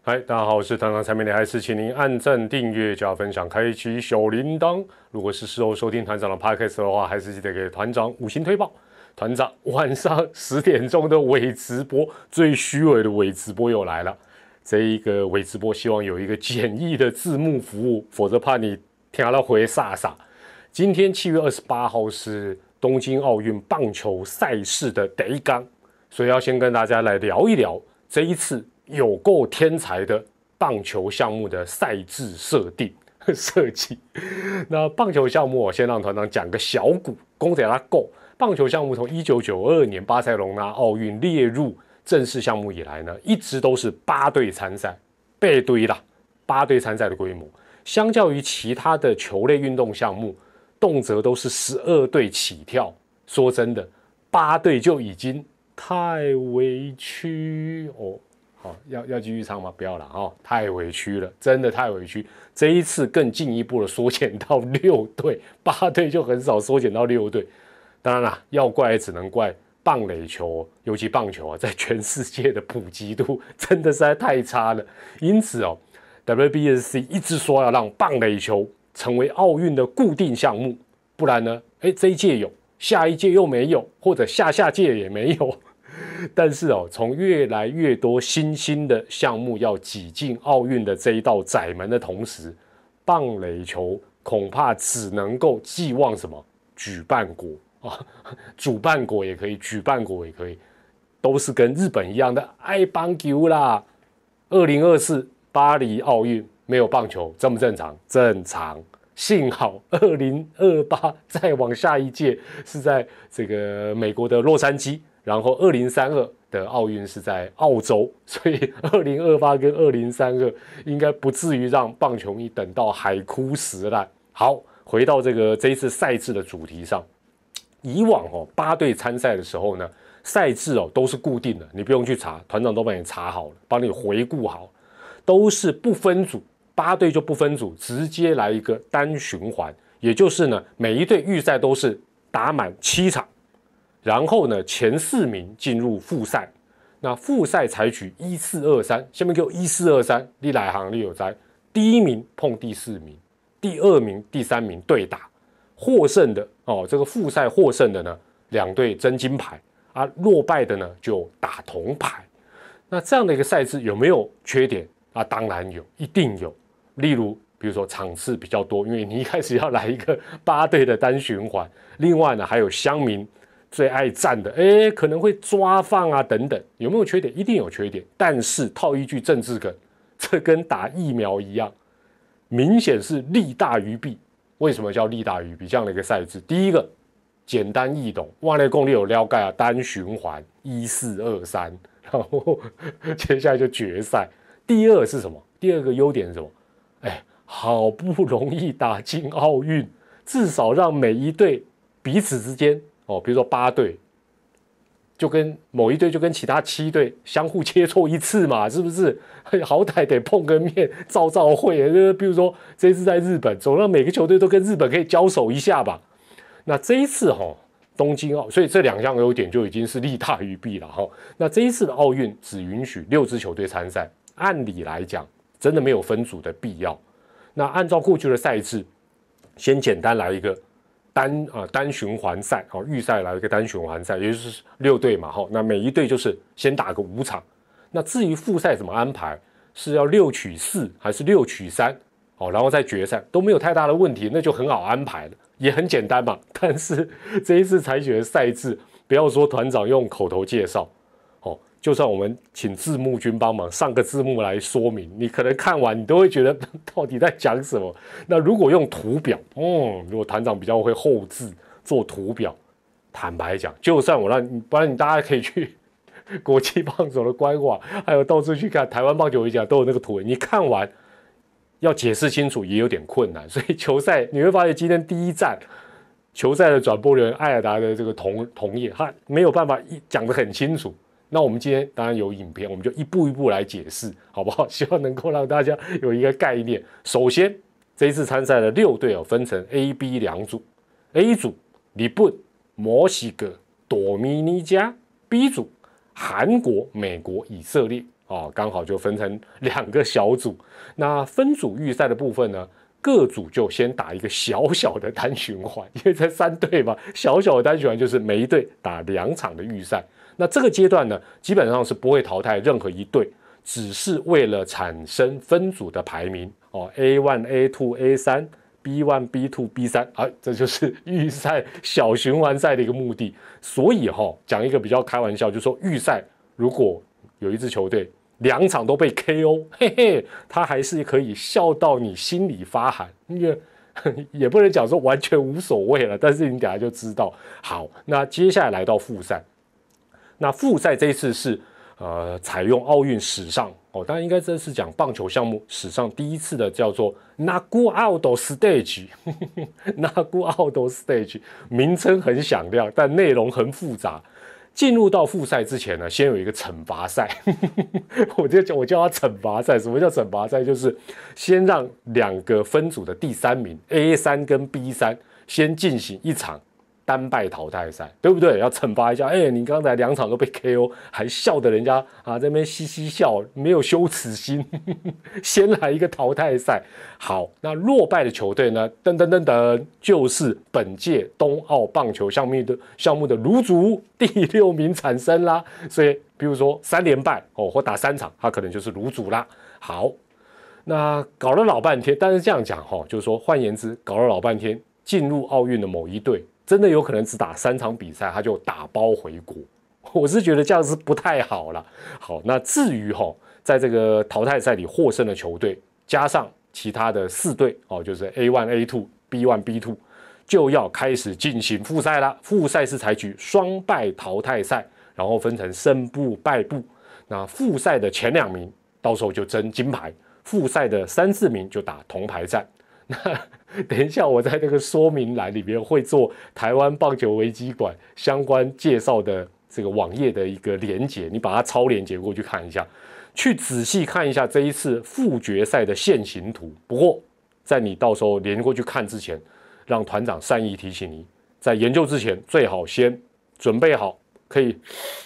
嗨，大家好，我是团长蔡明理，还是请您按赞、订阅、加分享、开启小铃铛。如果是事后收听团长的 podcast 的话，还是记得给团长5星推爆。团长晚上10点钟的伪直播，最虚伪的伪直播又来了。这一个伪直播希望有一个简易的字幕服务，否则怕你听了会傻傻。今天7月28号是东京奥运棒球赛事的第一天，所以要先跟大家来聊一聊这一次有够天才的棒球项目的赛制设计。那棒球项目，我先让团长讲个小股，公仔拉够。棒球项目从1992年巴塞隆纳奥运列入正式项目以来呢，一直都是8队参赛，8队啦，8队参赛的规模，相较于其他的球类运动项目，动辄都是12队起跳。说真的，8队就已经太委屈哦。好，要继续唱吗？不要了哦，太委屈了，真的太委屈。这一次更进一步的缩减到6队，8队就很少，缩减到6队。当然啦，要怪也只能怪棒垒球，尤其棒球啊，在全世界的普及度真的实在太差了。因此哦 ，WBSC 一直说要让棒垒球成为奥运的固定项目，不然呢，这一届有，下一届又没有，或者下下届也没有。但是哦，从越来越多新兴的项目要挤进奥运的这一道窄门的同时，棒垒球恐怕只能够寄望什么举办国啊，主办国也可以，举办国也可以，都是跟日本一样的爱棒球啦。2024巴黎奥运没有棒球，正不正常？正常。幸好2028再往下一届是在这个美国的洛杉矶。然后2032的奥运是在澳洲，所以2028跟2032应该不至于让棒球迷等到海枯石烂。好，回到这一次赛制的主题上，以往8队参赛的时候呢，赛制都是固定的，你不用去查，团长都帮你查好了，帮你回顾好，都是不分组，8队就不分组，直接来一个单循环，也就是呢，每一队预赛都是打满7场。然后呢，前4名进入复赛，那复赛采取1423，下面给我1423，你来行你有在，第1名碰第4名，第2名、第3名对打，获胜的这个复赛获胜的呢，2队争金牌啊，落败的呢就打铜牌。那这样的一个赛制有没有缺点啊？当然有，一定有。例如，比如说场次比较多，因为你一开始要来一个8队的单循环，另外呢还有乡民最爱战的，可能会抓放啊等等，有没有缺点？一定有缺点。但是套一句政治梗，这跟打疫苗一样，明显是利大于弊。为什么叫利大于弊？这样的一个赛制，第一个简单易懂，万类功力有了解啊，单循环1423，然后接下来就决赛。第二是什么？第二个优点是什么？好不容易打进奥运，至少让每一队彼此之间比如说8队，就跟某一队就跟其他7队相互切磋一次嘛，是不是？好歹得碰个面，照会。比如说这一次在日本，总让每个球队都跟日本可以交手一下吧。那这一次东京奥，所以这2项优点就已经是利大于弊了哈。那这一次的奥运只允许6支球队参赛，按理来讲真的没有分组的必要。那按照过去的赛制，先简单来一个单循环赛，预赛来一个单循环赛，也就是6队嘛，那每一队就是先打个5场。那至于复赛怎么安排，是要6取4还是6取3，然后再决赛都没有太大的问题，那就很好安排了，也很简单嘛。但是这一次采取的赛制，不要说团长用口头介绍，就算我们请字幕君帮忙上个字幕来说明，你可能看完你都会觉得到底在讲什么。那如果用图表，如果团长比较会后置做图表，坦白讲，就算我让你，不然你大家可以去国际棒球的官网，还有到处去看台湾棒球一家都有那个图，你看完要解释清楚也有点困难。所以球赛你会发现今天第一站球赛的转播人艾尔达的这个同业，他没有办法讲得很清楚。那我们今天当然有影片，我们就一步一步来解释，好不好？希望能够让大家有一个概念。首先，这一次参赛的6队分成 A、B 2组。A 组日本、墨西哥、多米尼加； B 组韩国、美国、以色列哦，刚好就分成2个小组。那分组预赛的部分呢，各组就先打一个小小的单循环，因为才3队嘛，小小的单循环就是每一队打2场的预赛。那这个阶段呢，基本上是不会淘汰任何一队，只是为了产生分组的排名哦 ，A1、A2、A3。B1、B2、B3，这就是预赛小循环赛的一个目的。所以讲一个比较开玩笑，就是说预赛如果有一支球队2场都被 KO， 嘿嘿，他还是可以笑到你心里发寒，因为也不能讲说完全无所谓了，但是你等下就知道。好，那接下来来到复赛，那复赛这一次是采用奥运史上当然应该这是讲棒球项目史上第一次的叫做 Knockout Stage ，Knockout Stage 名称很响亮，但内容很复杂。进入到复赛之前呢，先有一个惩罚赛，我叫它惩罚赛。什么叫惩罚赛？就是先让2个分组的第3名 A3 跟 B3 先进行一场单败淘汰赛，对不对？要惩罚一下，你刚才2场都被 KO， 还笑得人家在那边嘻嘻笑，没有羞耻心，先来一个淘汰赛。好，那落败的球队呢？就是本届冬奥棒球项目的卤煮第6名产生啦。所以，比如说3连败或打3场，他可能就是卤煮啦。好，那搞了老半天，但是这样讲就是说，换言之，搞了老半天，进入奥运的某一队。真的有可能只打3场比赛，他就打包回国，我是觉得这样是不太好了。好，那至于在这个淘汰赛里获胜的球队，加上其他的4队就是 A1、A2、B1、B2， 就要开始进行复赛啦。复赛是采取双败淘汰赛，然后分成胜部、败部。那复赛的前2名到时候就争金牌，复赛的3、4名就打铜牌战。那等一下，我在那个说明栏里面会做台湾棒球危机馆相关介绍的这个网页的一个连结，你把它抄连结过去看一下，去仔细看一下这一次复决赛的现形图。不过，在你到时候连过去看之前，让团长善意提醒你，在研究之前，最好先准备好可以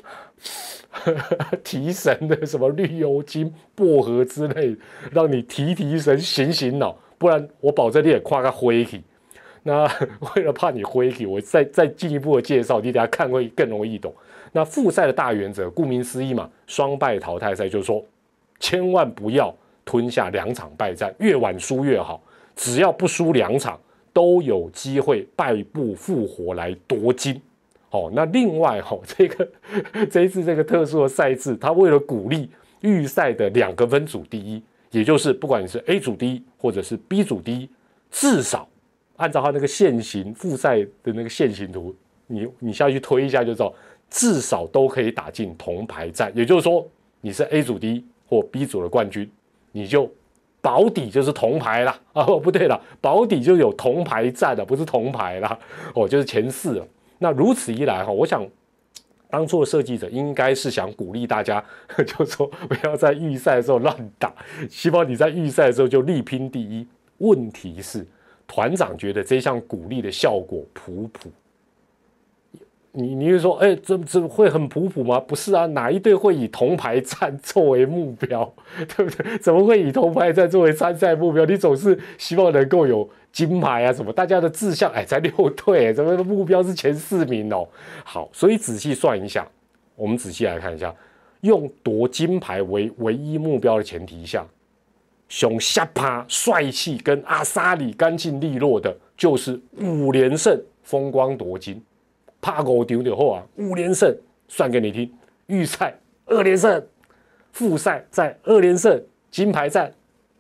提神的什么绿油精、薄荷之类的，让你提神、醒脑。不然我保证你也跨个灰体。那为了怕你灰体，我再进一步的介绍，你等下看会更容易懂。那复赛的大原则，顾名思义嘛，双败淘汰赛就是说，千万不要吞下2场败战，越晚输越好。只要不输2场，都有机会败部复活来夺金。那另外这一次这个特殊的赛制，它为了鼓励预赛的2个分组第一。也就是不管你是 A 组第一或者是 B 组第一，至少按照他那个现行复赛的那个现行图，你下去推一下就知道，至少都可以打进铜牌战。也就是说，你是 A 组第一或 B 组的冠军，你就保底就是铜牌啦。不对啦，保底就有铜牌战了，不是铜牌啦，就是前4了。那如此一来我想。当初的设计者应该是想鼓励大家，就说不要在预赛的时候乱打，希望你在预赛的时候就力拼第一。问题是，团长觉得这项鼓励的效果普普。你会说，这会很普普吗？不是啊，哪一队会以铜牌战作为目标，对不对？怎么会以铜牌战作为参赛目标？你总是希望能够有金牌啊什么，大家的志向才6队，怎么目标是前4名哦？好，所以仔细算一下，我们仔细来看一下，用夺金牌为唯一目标的前提下，熊下趴帅气跟阿萨里干净利落的，就是5连胜，风光夺金。怕5场就好啊，5连胜算给你听。预赛2连胜，复赛再2连胜，金牌战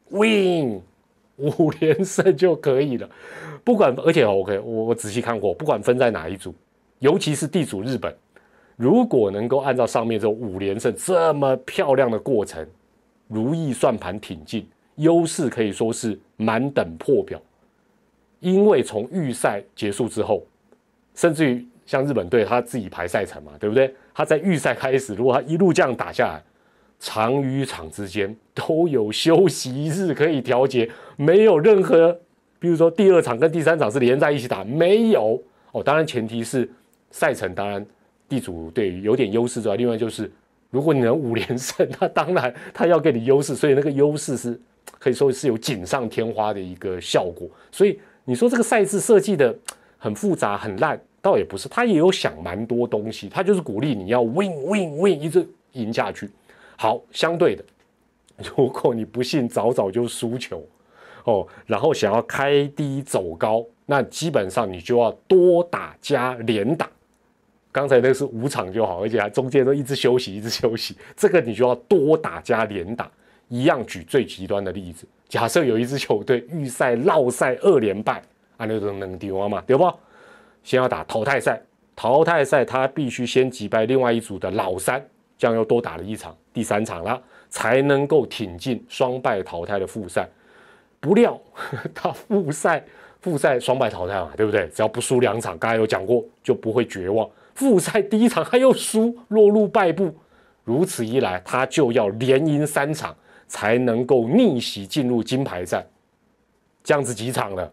win 5连胜就可以了。不管，而且 OK， 我仔细看过，不管分在哪一组，尤其是地主日本，如果能够按照上面这种5连胜这么漂亮的过程，如意算盘挺进，优势可以说是满等破表。因为从预赛结束之后，甚至于像日本队他自己排赛程嘛，对不对？他在预赛开始，如果他一路这样打下来，场与场之间都有休息日可以调节，没有任何，比如说第2场跟第3场是连在一起打，没有当然前提是赛程当然地主队有点优势之外，另外就是如果你能5连胜，那当然他要给你优势，所以那个优势是可以说是有锦上添花的一个效果。所以你说这个赛制设计的很复杂很烂，倒也不是，他也有想蛮多东西，他就是鼓励你要 win 一直赢下去。好，相对的，如果你不幸早就输球然后想要开低走高，那基本上你就要多打加连打。刚才那个是5场就好，而且还中间都一直休息，这个你就要多打加连打。一样举最极端的例子，假设有一支球队预赛落赛2连败，那就能丢嘛，对不？先要打淘汰赛，他必须先击败另外一组的老三，这样又多打了1场，第3场啦，才能够挺进双败淘汰的复赛。不料他复赛双败淘汰嘛，对不对？只要不输2场，刚才有讲过，就不会绝望。复赛第1场他又输，落入败部，如此一来，他就要连赢3场，才能够逆袭进入金牌战。这样子几场了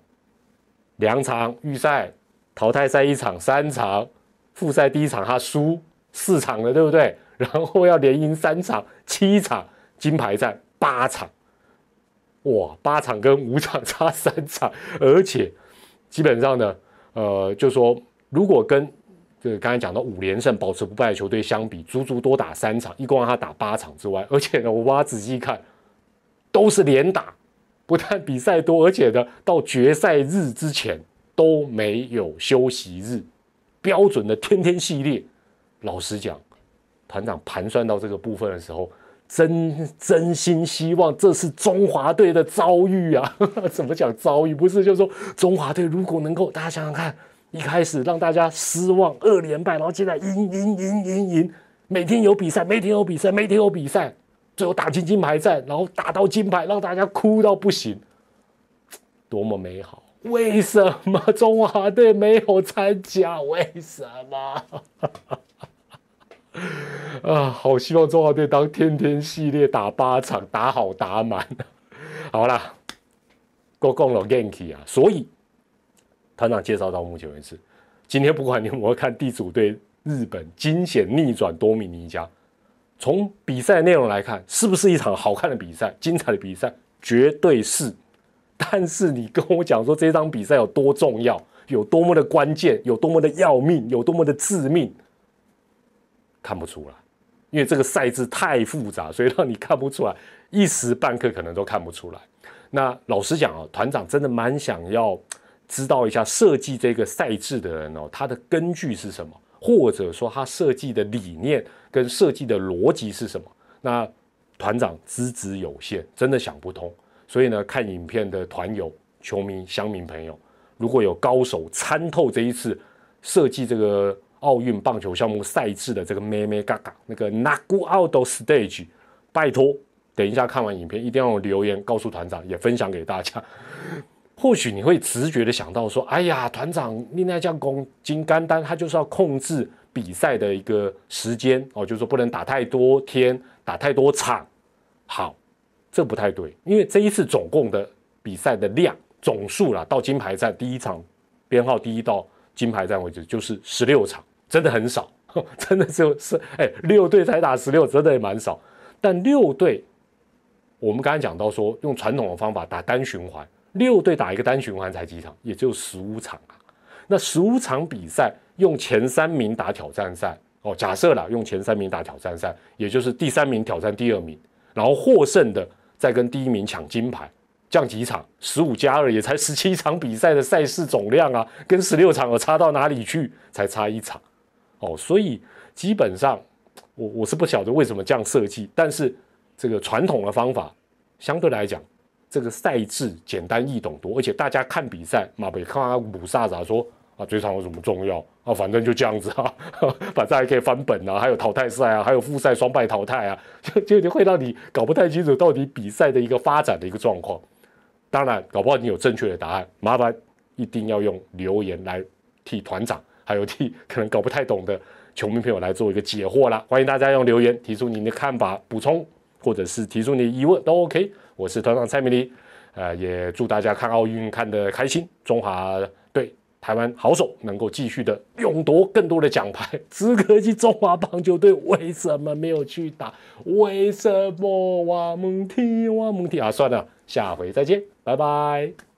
？2场预赛，淘汰赛1场，3场，复赛第1场他输4场了，对不对？然后要连赢3场，7场，金牌战8场。哇，8场跟5场差3场，而且基本上呢，就说如果跟刚才讲到5连胜保持不败的球队相比，足足多打3场，一共让他打8场之外，而且呢，我把它仔细看，都是连打，不但比赛多，而且呢，到决赛日之前都没有休息日，标准的天系列。老实讲，团长盘算到这个部分的时候，真心希望这是中华队的遭遇啊！怎么讲遭遇？不是就是说中华队如果能够，大家想想看，一开始让大家失望2连败，然后接下来赢，每天有比赛，最后打进金牌战，然后打到金牌，让大家哭到不行，多么美好！为什么中华队没有参加？为什么？好希望中华队当天系列打8场，打好打满。好啦，够讲了元气啊！所以团长介绍到目前为止，今天不管你有没有看地主队日本惊险逆转多米尼加，从比赛内容来看，是不是一场好看的比赛、精彩的比赛？绝对是。但是你跟我讲说这场比赛有多重要，有多么的关键，有多么的要命，有多么的致命，看不出来，因为这个赛制太复杂，所以让你看不出来，一时半刻可能都看不出来。那老实讲团长真的蛮想要知道一下设计这个赛制的人他的根据是什么，或者说他设计的理念跟设计的逻辑是什么。那团长资质有限，真的想不通。所以呢，看影片的团友、球迷、乡民朋友，如果有高手参透这一次设计这个奥运棒球项目赛制的这个妹妹嘎嘎那个 Nagu Out Stage， 拜托，等一下看完影片一定要留言告诉团长，也分享给大家。或许你会直觉的想到说，哎呀，团长你那叫公金干单，他就是要控制比赛的一个时间就是说不能打太多天，打太多场。好。这不太对，因为这一次总共的比赛的量总数啦，到金牌战第1场编号第1到金牌战为止就是16场，真的很少，真的就是6队才打16，真的也蛮少。但6队，我们刚才讲到说用传统的方法打单循环，6队打一个单循环才几场，也就15场啊。那15场比赛用前3名打挑战赛假设啦，用前3名打挑战赛，也就是第3名挑战第2名，然后获胜的再跟第1名抢金牌，这样几场15+2也才17场比赛的赛事总量啊，跟16场有差到哪里去？才差1场所以基本上我是不晓得为什么这样设计，但是这个传统的方法相对来讲，这个赛制简单易懂多，而且大家看比赛嘛，别看他补萨咋说这场有什么重要反正就这样子反正还可以翻本还有淘汰赛还有复赛双败淘汰就会让你搞不太清楚到底比赛的一个发展的一个状况。当然，搞不好你有正确的答案，麻烦一定要用留言来替团长，还有替可能搞不太懂的球迷朋友来做一个解惑啦。欢迎大家用留言提出您的看法、补充，或者是提出你的疑问都 OK。我是团长蔡明黎，也祝大家看奥运看得开心，中华队台湾好手能够继续的勇夺更多的奖牌。只可惜中华棒球队为什么没有去打？为什么我们踢啊？算了，下回再见，拜拜。